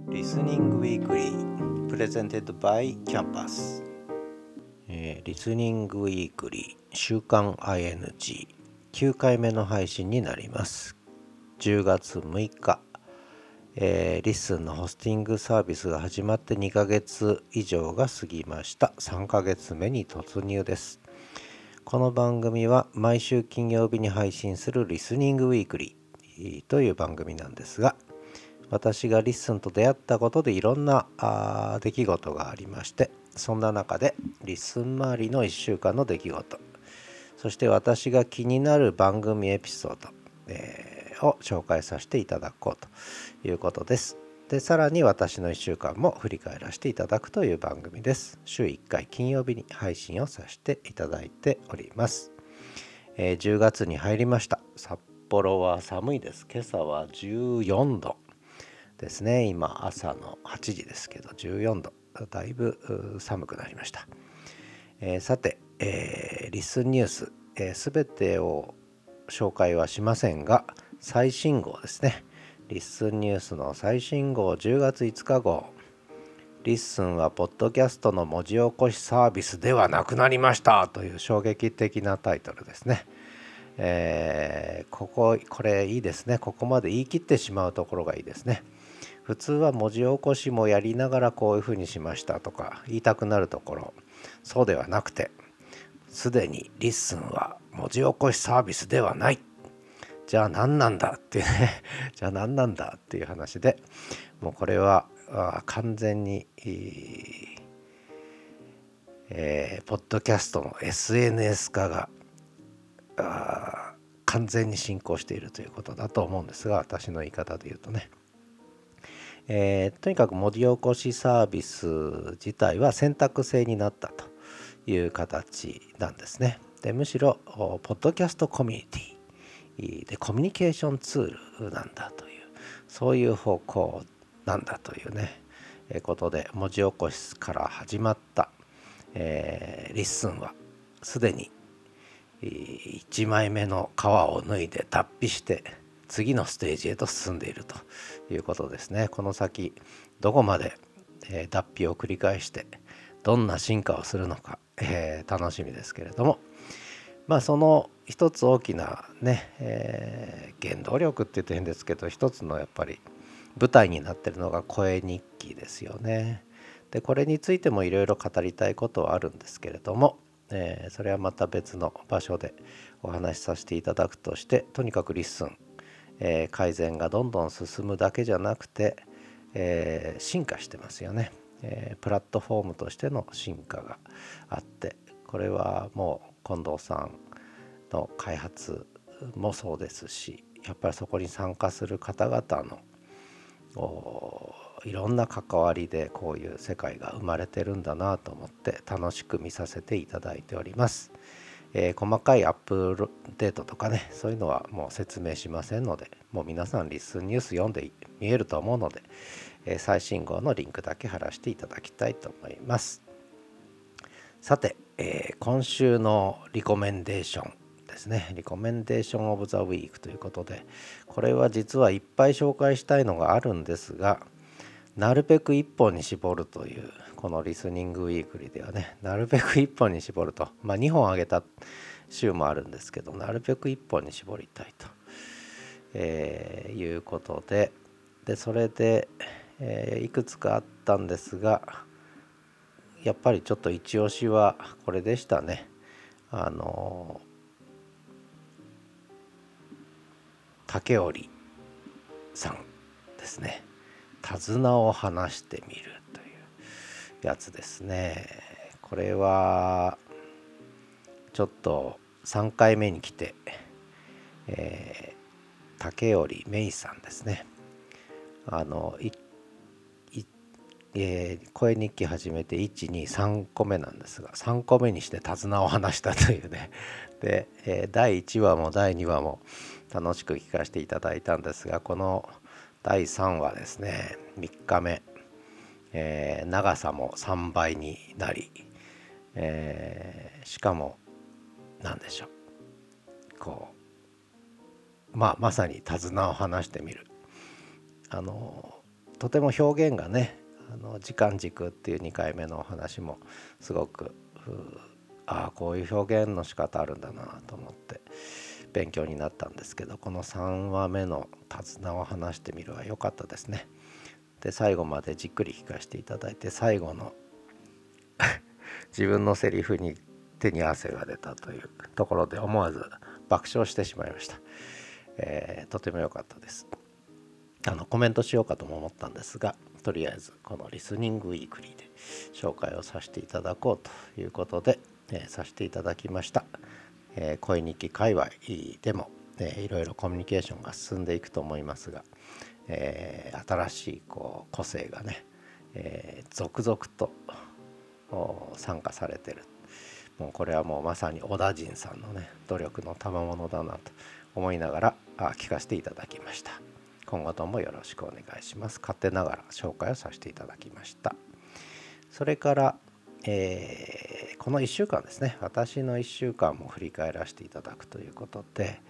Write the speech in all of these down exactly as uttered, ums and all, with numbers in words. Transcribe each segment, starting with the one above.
リスニングウィークリープレゼンテッドバイキャンパス、えー、リスニングウィークリー週刊 アイエヌジーきゅうかいめの配信になります。じゅうがつむいか、えー、リッスンのホスティングサービスが始まってにかげつ以上が過ぎました。さんかげつめに突入です。この番組は毎週金曜日に配信するリスニングウィークリーという番組なんですが、私がリッスンと出会ったことでいろんなあ出来事がありまして、そんな中でリッスン周りのいっしゅうかんの出来事、そして私が気になる番組エピソード、えー、を紹介させていただこうということです。で、さらに私のいっしゅうかんも振り返らせていただくという番組です。週いっかい金曜日に配信をさせていただいております。えー、じゅうがつに入りました。札幌は寒いです。今朝はじゅうよんどですね。今朝のはちじですけどじゅうよんど、だいぶ寒くなりました。えー、さて、えー、リスンニュース、えー、全てを紹介はしませんが、最新号ですね。リッスンニュースの最新号じゅうがついつか号、リッスンはポッドキャストの文字起こしサービスではなくなりましたという衝撃的なタイトルですね。えー、こここれいいですね。ここまで言い切ってしまうところがいいですね。普通は文字起こしもやりながらこういうふうにしましたとか言いたくなるところ、そうではなくて、すでにリッスンは文字起こしサービスではない、じゃあ何なんだっていうねじゃあ何なんだっていう話で、もうこれは完全に、えー、ポッドキャストの エスエヌエス 化が完全に進行しているということだと思うんですが、私の言い方で言うとね、えー、とにかく文字起こしサービス自体は選択制になったという形なんですね。で、むしろポッドキャストコミュニティでコミュニケーションツールなんだという、そういう方向なんだというね、えー、ことで、文字起こしから始まった、えー、リッスンはすでにいちまいめの皮を脱いで脱皮して次のステージへと進んでいるということですね。この先どこまで、えー、脱皮を繰り返してどんな進化をするのか、えー、楽しみですけれども、まあその一つ大きなね、えー、原動力って言って変ですけど、一つのやっぱり舞台になってるのが声日記ですよね。で、これについてもいろいろ語りたいことはあるんですけれども、えー、それはまた別の場所でお話しさせていただくとして、とにかくリッスン、えー、改善がどんどん進むだけじゃなくて、えー、進化してますよね、えー、プラットフォームとしての進化があって、これはもう近藤さんの開発もそうですし、やっぱりそこに参加する方々のいろんな関わりでこういう世界が生まれてるんだなと思って楽しく見させていただいております。えー、細かいアップデートとかね、そういうのはもう説明しませんので、もう皆さんリスンニュース読んで見えると思うので、えー、最新号のリンクだけ貼らせていただきたいと思います。さて、えー、今週のリコメンデーションですね。リコメンデーションオブザウィークということで、これは実はいっぱい紹介したいのがあるんですが、なるべくいっぽんに絞るという、このリスニングウィークリーではね、なるべくいっぽんに絞ると、まあにほんあげた週もあるんですけど、なるべくいっぽんに絞りたいと、えー、いうことで、でそれで、えー、いくつかあったんですが、やっぱりちょっと一押しはこれでしたね。あの竹織さんですね。手綱を離してみるというやつですね。これはちょっとさんかいめに来て、えー、竹織芽衣さんですね。あのいい、えー、声日記始めていちにさんこめなんですが、さんこめにして手綱を離したというね。で、えー、だいいちわもだいにわも楽しく聞かせていただいたんですが、このだいさんわですね、みっかめ、えー、長さもさんばいになり、えー、しかも何でしょう、こうまあまさに手綱を離してみる、あのとても表現がね、あの時間軸っていうにかいめのお話もすごくああこういう表現の仕方あるんだなと思って勉強になったんですけど、このさんわめの手綱を話してみるは良かったですね。で最後までじっくり聞かせていただいて、最後の自分のセリフに手に汗が出たというところで思わず爆笑してしまいました。えー、とても良かったです。あのコメントしようかとも思ったんですが、とりあえずこのリスニングウィークリーで紹介をさせていただこうということで、えー、させていただきました。えー、声日記界隈でも、えー、いろいろコミュニケーションが進んでいくと思いますが、えー、新しいこう個性がね、えー、続々と参加されてる。もうこれはもうまさに小田陣さんのね努力の賜物だなと思いながら聞かせていただきました。今後ともよろしくお願いします。勝手ながら紹介をさせていただきました。それから、えー、このいっしゅうかんですね、私のいっしゅうかんも振り返らせていただくということで、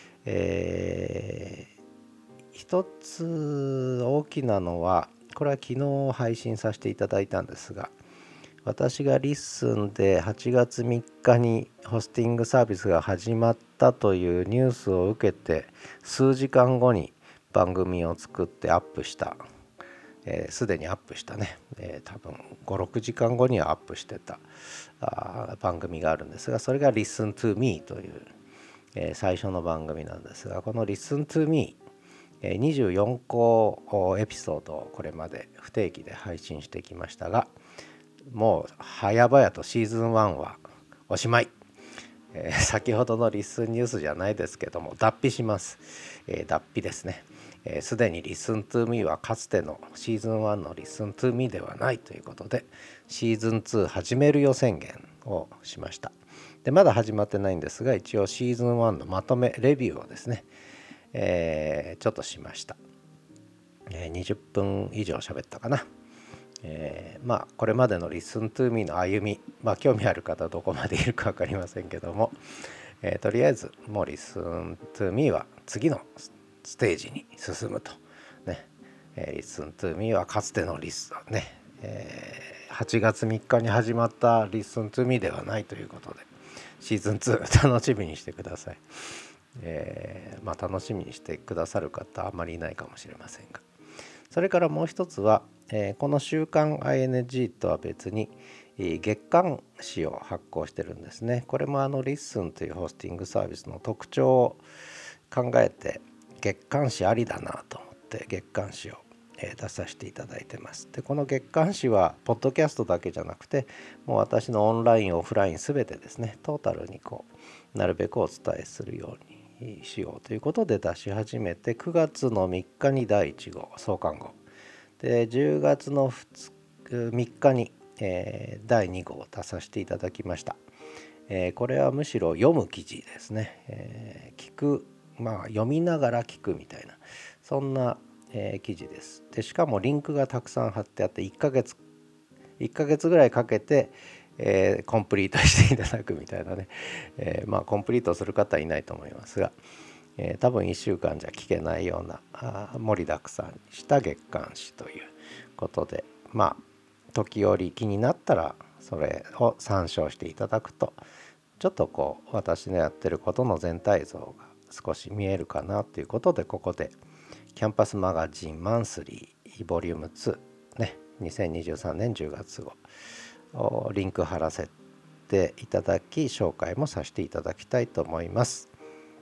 えー、一つ大きなのは、これは昨日配信させていただいたんですが、私がリッスンではちがつみっかにホスティングサービスが始まったというニュースを受けて数時間後に番組を作ってアップしたすで、えー、にアップしたね、えー、多分ごろくじかんごにはアップしてたあ番組があるんですが、それが Listen to Me という、えー、最初の番組なんですが、この Listen to Meにじゅうよんこエピソードをこれまで不定期で配信してきましたが、もう早々とシーズンワンはおしまい。えー、先ほどのリスンニュースじゃないですけども脱皮します。えー、脱皮ですね。すで、えー、に Listen to Me はかつてのシーズンワンの Listen to Me ではないということで、シーズンツー始めるよ宣言をしました。でまだ始まってないんですが、一応シーズンワンのまとめレビューをですね、えー、ちょっとしました。えー、にじゅっぷん以上喋ったかな。えー、まあこれまでの Listen to Me の歩み、まあ興味ある方はどこまでいるか分かりませんけども、えー、とりあえずもう Listen to Me は次のステージに進むとね、えー、Listen to Me はかつてのリスね、えー、はちがつみっかに始まった Listen to Me ではないということで、シーズンツー楽しみにしてください。えー、まあ楽しみにしてくださる方あまりいないかもしれませんが、それからもう一つは、えー、この週刊 アイエヌジー とは別に月刊誌を発行してるんですね。これもあのリッスンというホスティングサービスの特徴を考えて、月刊誌ありだなと思って月刊誌を出させていただいてます。でこの月刊誌はポッドキャストだけじゃなくて、もう私のオンラインオフラインすべてですね、トータルにこうなるべくお伝えするようにしようということで出し始めて、くがつのみっかにだいいちごう創刊号で、じゅうがつのみっかに、えー、だいにごうを出させていただきました。えー、これはむしろ読む記事ですね。えー、聞く、まあ読みながら聞くみたいな、そんな、えー、記事です。でしかもリンクがたくさん貼ってあって、いっかげついっかげつぐらいかけてえー、コンプリートしていただくみたいなね、えー、まあコンプリートする方はいないと思いますが、えー、多分いっしゅうかんじゃ聞けないようなあ盛りだくさんにした月刊誌ということで、まあ時折気になったらそれを参照していただくと、ちょっとこう私のやってることの全体像が少し見えるかなということで、ここでキャンパスマガジンマンスリーボリュームツーね、にせんにじゅうさんねんじゅうがつごリンク貼らせていただき、紹介もさせていただきたいと思います。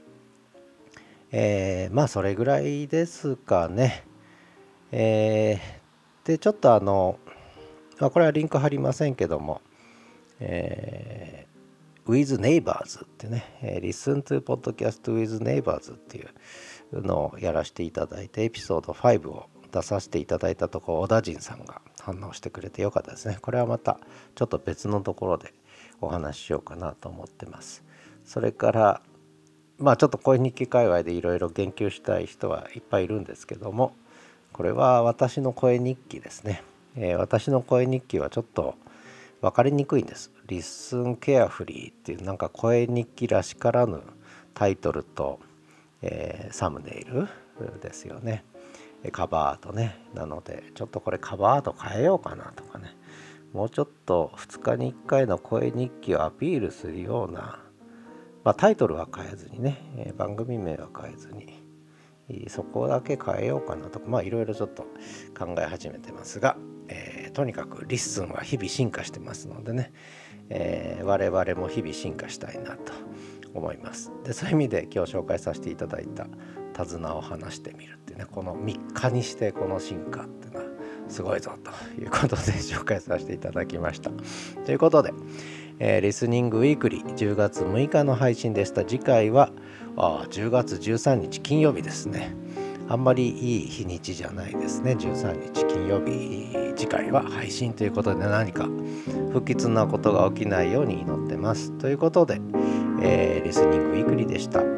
えー、まあそれぐらいですかね。えー、でちょっとあの、まあ、これはリンク貼りませんけども、えー、with neighbors ってね、えー、listen to podcast with neighbors っていうのをやらせていただいて、エピソードごを出させていただいたところ、小田陣さんが反応してくれてよかったですね。これはまたちょっと別のところでお話ししようかなと思ってます。それからまあちょっと声日記界隈でいろいろ言及したい人はいっぱいいるんですけども、これは私の声日記ですね。えー、私の声日記はちょっと分かりにくいんです。リッスンケアフリーっていうなんか声日記らしからぬタイトルと、えー、サムネイルですよね。 カバーアートね。なのでちょっとこれカバーアート変えようかなとかね、もうちょっとふつかにいっかいの声日記をアピールするような、まあ、タイトルは変えずにね、えー番組名は変えずに、そこだけ変えようかなとか、まあいろいろちょっと考え始めてますが、えーとにかくリッスンは日々進化してますのでね、えー我々も日々進化したいなと思います。でそういう意味で今日紹介させていただいた手綱を話してみるっていうね、このみっかにしてこの進化っていうのはすごいぞということで紹介させていただきました。ということで、えーリスニングウィークリーじゅうがつむいかの配信でした。次回はあじゅうがつじゅうさんにち金曜日ですね。あんまりいい日にちじゃないですね。じゅうさんにち金曜日、次回は配信ということで、何か不吉なことが起きないように祈ってます。ということで、えーリスニングウィークリーでした。